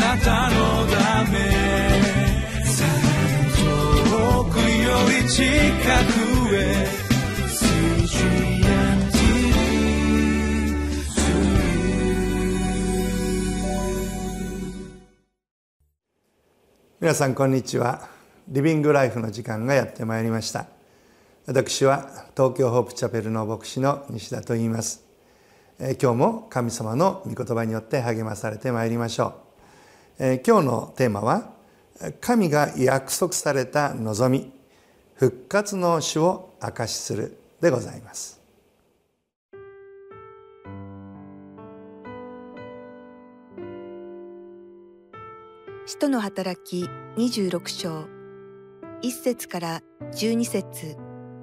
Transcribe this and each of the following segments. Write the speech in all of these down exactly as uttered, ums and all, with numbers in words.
なたのため遠くより近くへ皆さんこんにちは。リビングライフの時間がやってまいりました。私は東京ホープチャペルの牧師の西田と言います。えー、今日も神様の御言葉によって励まされてまいりましょう。えー、今日のテーマは神が約束された望み、復活の主を証しするでございます。 使徒の働きにじゅうろく章いっ節からじゅうに節。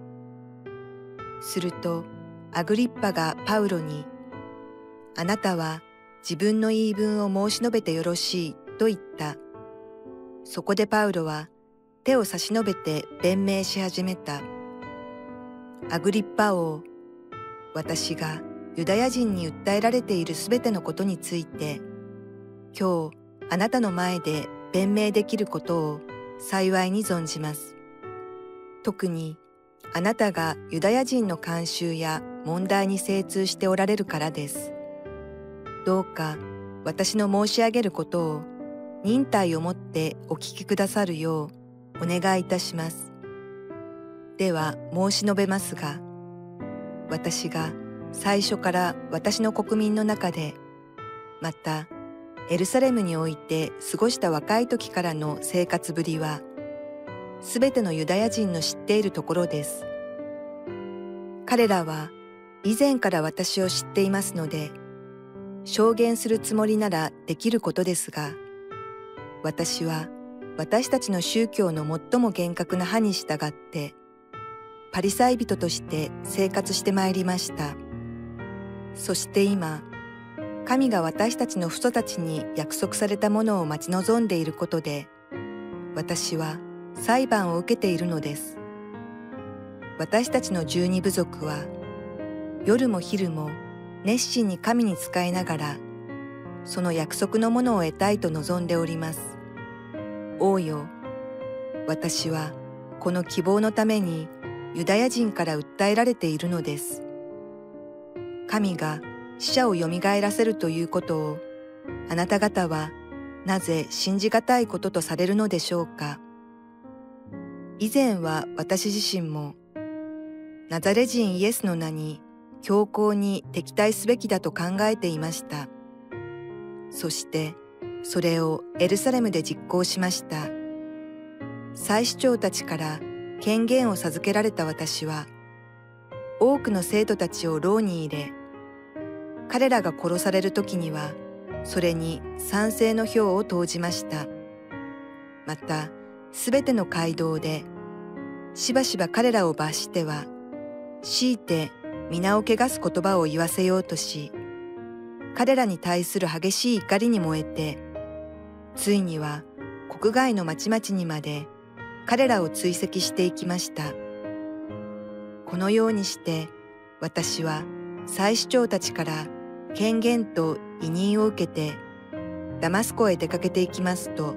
するとアグリッパがパウロに、あなたは自分の言い分を申し述べてよろしいと言った。そこでパウロは手を差し伸べて弁明し始めた。アグリッパ王、私がユダヤ人に訴えられているすべてのことについて、今日あなたの前で弁明できることを幸いに存じます。特にあなたがユダヤ人の慣習や問題に精通しておられるからです。どうか私の申し上げることを忍耐をもってお聞きくださるようお願いいたします。では申し述べますが、私が最初から私の国民の中で、またエルサレムにおいて過ごした若い時からの生活ぶりは、すべてのユダヤ人の知っているところです。彼らは以前から私を知っていますので、証言するつもりならできることですが、私は私たちの宗教の最も厳格な派に従って、パリサイ人として生活してまいりました。そして今、神が私たちの父祖たちに約束されたものを待ち望んでいることで、私は裁判を受けているのです。私たちの十二部族は、夜も昼も熱心に神に仕えながら、その約束のものを得たいと望んでおります。王よ、私はこの希望のためにユダヤ人から訴えられているのです。神が死者をよみがえらせるということを、あなた方はなぜ信じがたいこととされるのでしょうか。以前は私自身も、ナザレ人イエスの名に強硬に敵対すべきだと考えていました。そしてそれをエルサレムで実行しました。祭司長たちから権限を授けられた私は、多くの生徒たちを牢に入れ、彼らが殺される時には、それに賛成の票を投じました。また、すべての街道で、しばしば彼らを罰しては、強いて皆を汚す言葉を言わせようとし、彼らに対する激しい怒りに燃えて、ついには国外の町々にまで彼らを追跡していきました。このようにして、私は祭司長たちから権限と委任を受けてダマスコへ出かけていきますと、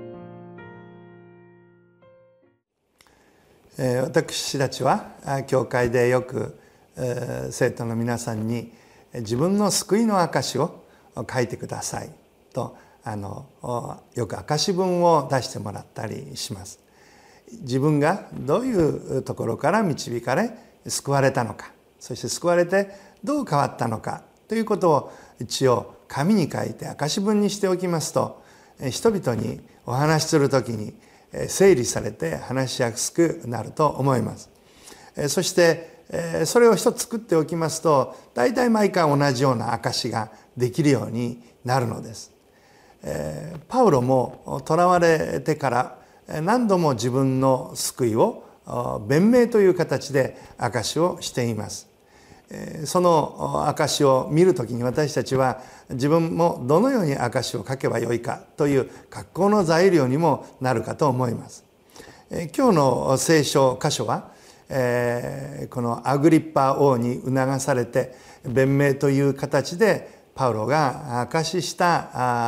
えー、私たちは教会でよく、えー、生徒の皆さんに自分の救いの証を書いてくださいとあのよく証文を出してもらったりします。自分がどういうところから導かれ救われたのか、そして救われてどう変わったのかということを一応紙に書いて証文にしておきますと、人々にお話しするときに整理されて話しやすくなると思います。そしてそれを一つ作っておきますと、大体毎回同じような証ができるようになるのです。パウロも囚われてから何度も自分の救いを弁明という形で証をしています。その証を見るときに私たちは自分もどのように証を書けばよいかという格好の材料にもなるかと思います。今日の聖書箇所はこのアグリッパ王に促されて弁明という形でパウロが証しした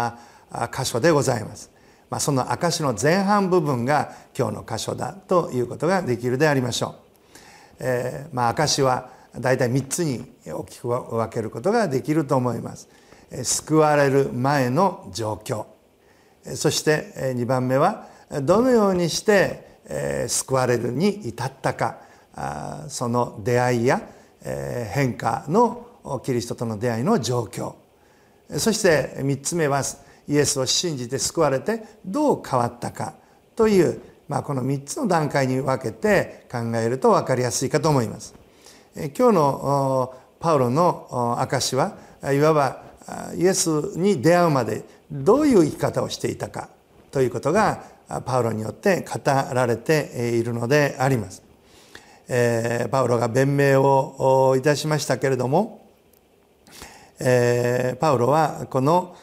箇所でございます。まあ、その証の前半部分が今日の箇所だということができるでありましょう。えー、まあ証は大体みっつに大きく分けることができると思います。救われる前の状況、そしてにばんめはどのようにして救われるに至ったか、その出会いや変化のキリストとの出会いの状況、そしてみっつめはイエスを信じて救われてどう変わったかという、まあ、このみっつの段階に分けて考えると分かりやすいかと思います。今日のパウロの証はいわばイエスに出会うまでどういう生き方をしていたかということがパウロによって語られているのであります。えー、パウロが弁明をいたしましたけれども、えー、パウロはこの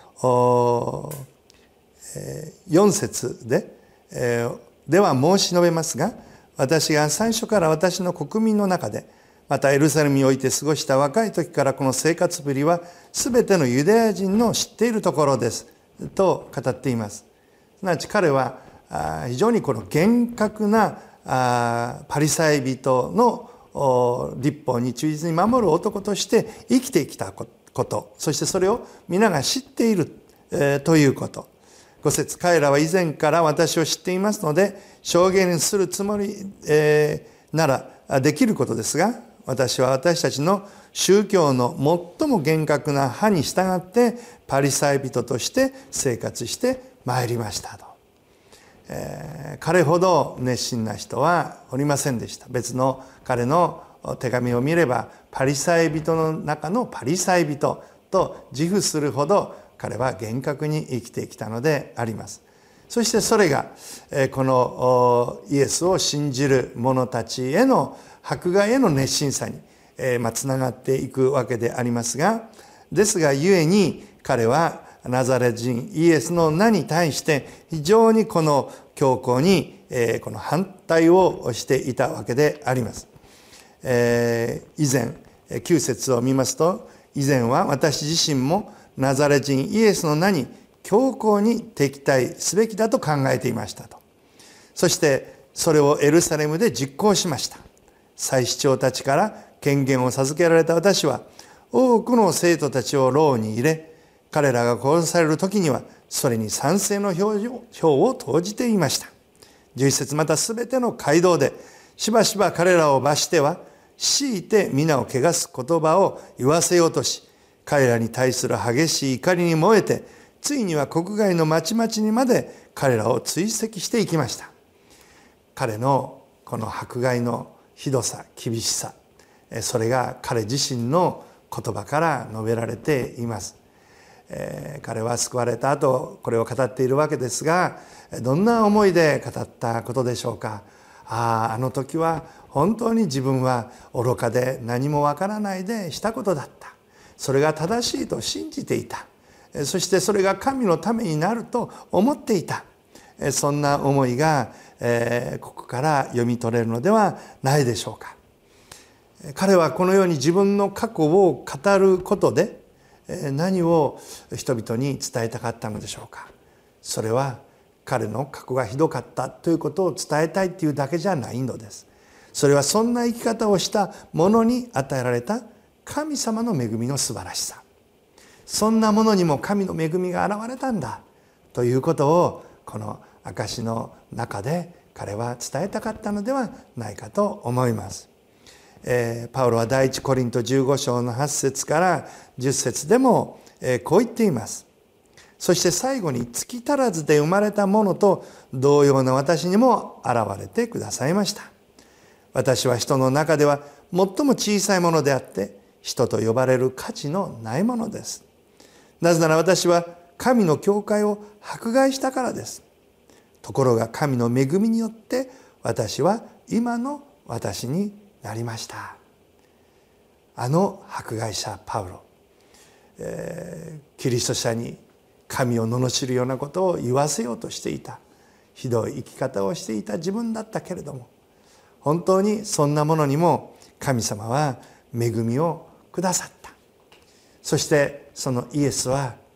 よん節で、えー、では申し述べますが、私が最初から私の国民の中でまたエルサレムにおいて過ごした若い時からこの生活ぶりは全てのユダヤ人の知っているところですと語っています。すなわち彼は非常にこの厳格なパリサイ人の律法に忠実に守る男として生きてきたこと、そしてそれを皆が知っているということ。ご節、彼らは以前から私を知っていますので証言するつもりならできることですが、私は私たちの宗教の最も厳格な派に従ってパリサイ人として生活してまいりましたと。えー、彼ほど熱心な人はおりませんでした。別の彼の手紙を見ればパリサイ人の中のパリサイ人と自負するほど彼は厳格に生きてきたのであります。そしてそれがこのイエスを信じる者たちへの迫害への熱心さにつながっていくわけでありますが、ですがゆえに彼はナザレ人イエスの名に対して非常にこの強硬にこの反対をしていたわけであります。以前きゅう節を見ますと、以前は私自身もナザレ人イエスの名に強硬に敵対すべきだと考えていましたと。そしてそれをエルサレムで実行しました。祭司長たちから権限を授けられた私は多くの生徒たちを牢に入れ、彼らが殺される時にはそれに賛成の票を投じていました。じゅういち節、またすべての街道でしばしば彼らを罰しては強いて皆を汚す言葉を言わせようとし、彼らに対する激しい怒りに燃えて、ついには国外の町々にまで彼らを追跡していきました。彼のこの迫害のひどさ、厳しさ、それが彼自身の言葉から述べられています。えー、彼は救われた後これを語っているわけですが、どんな思いで語ったことでしょうか。ああ、あの時は本当に自分は愚かで何もわからないでしたことだった。それが正しいと信じていた。そしてそれが神のためになると思っていた。そんな思いが、えー、ここから読み取れるのではないでしょうか。彼はこのように自分の過去を語ることで何を人々に伝えたかったのでしょうか。それは彼の過去がひどかったということを伝えたいというだけじゃないのです。それはそんな生き方をした者に与えられた神様の恵みの素晴らしさ、そんなものにも神の恵みが現れたんだということをこの証の中で彼は伝えたかったのではないかと思います。えー、パウロは第一コリントじゅうご章のはち節からじゅっ節でも、えー、こう言っています。そして最後に月足らずで生まれたものと同様な私にも現れてくださいました。私は人の中では最も小さいものであって人と呼ばれる価値のないものです。なぜなら私は神の教会を迫害したからです。ところが神の恵みによって私は今の私になりました。あの迫害者パウロ、えー、キリスト者に神を罵るようなことを言わせようとしていた、ひどい生き方をしていた自分だったけれども、本当にそんなものにも神様は恵みをくださった。そしてそのイエスは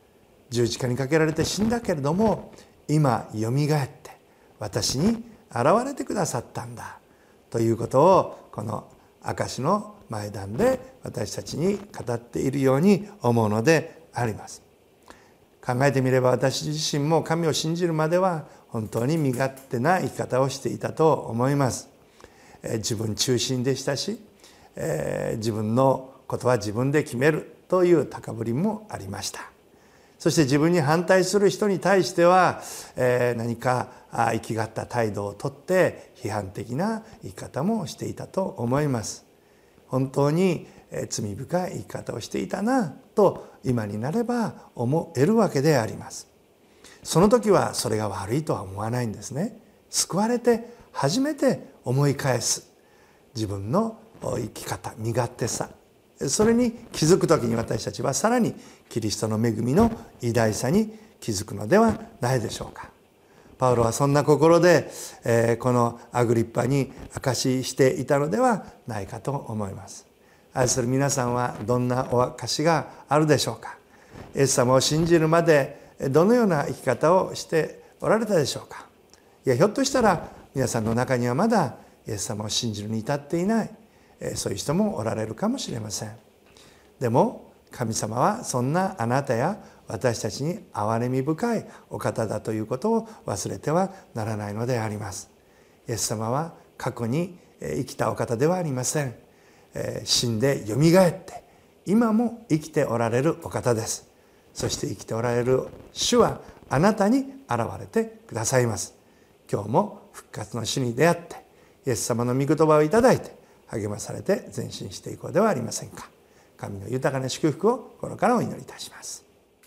十字架にかけられて死んだけれども、今よみがえって私に現れてくださったんだということを、この証の前段で私たちに語っているように思うのであります。考えてみれば、私自身も神を信じるまでは本当に身勝手な生き方をしていたと思います。自分中心でしたし、自分のことは自分で決めるという高ぶりもありました。そして自分に反対する人に対しては何か生きがった態度をとって批判的な生き方もしていたと思います。本当に罪深い生き方をしていたなと今になれば思えるわけであります。その時はそれが悪いとは思わないんですね。救われて初めて思い返す自分の生き方、身勝手さ、それに気づく時に私たちはさらにキリストの恵みの偉大さに気づくのではないでしょうか。パウロはそんな心で、えー、このアグリッパに証ししていたのではないかと思います。愛する皆さんはどんなお証があるでしょうか。イエス様を信じるまでどのような生き方をしておられたでしょうか。いや、ひょっとしたら皆さんの中にはまだイエス様を信じるに至っていない、そういう人もおられるかもしれません。でも神様はそんなあなたや私たちに憐れみ深いお方だということを忘れてはならないのであります。イエス様は過去に生きたお方ではありません。死んでよみがえって今も生きておられるお方です。そして生きておられる主はあなたに現れてくださいます。今日も復活の主に出会ってイエス様の御言葉をいただいて励まされて前進していこうではありませんか。神の豊かな祝福を心からお祈りいたします。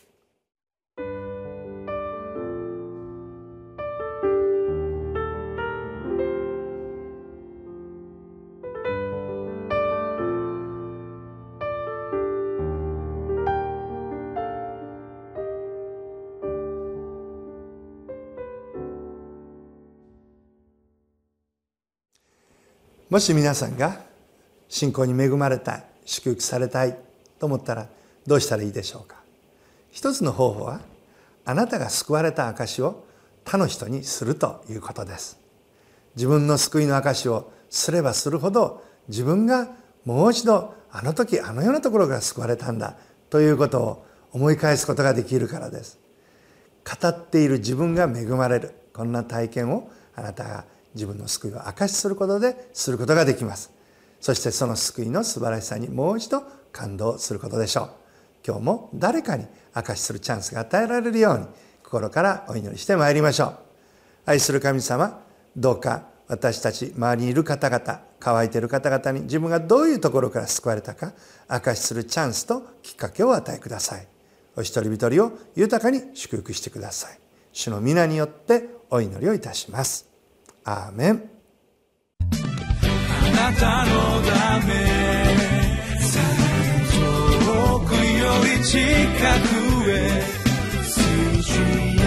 もし皆さんが信仰に恵まれたい、祝福されたいと思ったらどうしたらいいでしょうか。一つの方法は、あなたが救われた証を他の人にするということです。自分の救いの証をすればするほど、自分がもう一度あの時あのようなところから救われたんだということを思い返すことができるからです。語っている自分が恵まれる、こんな体験をあなたが自分の救いを証しすることですることができます。そしてその救いの素晴らしさにもう一度感動することでしょう。今日も誰かに証しするチャンスが与えられるように心からお祈りしてまいりましょう。愛する神様、どうか私たち周りにいる方々、乾いている方々に自分がどういうところから救われたか証しするチャンスときっかけをお与えください。お一人一人を豊かに祝福してください。主の皆によってお祈りをいたします。アーメン。 あなたのため遠くより近くへ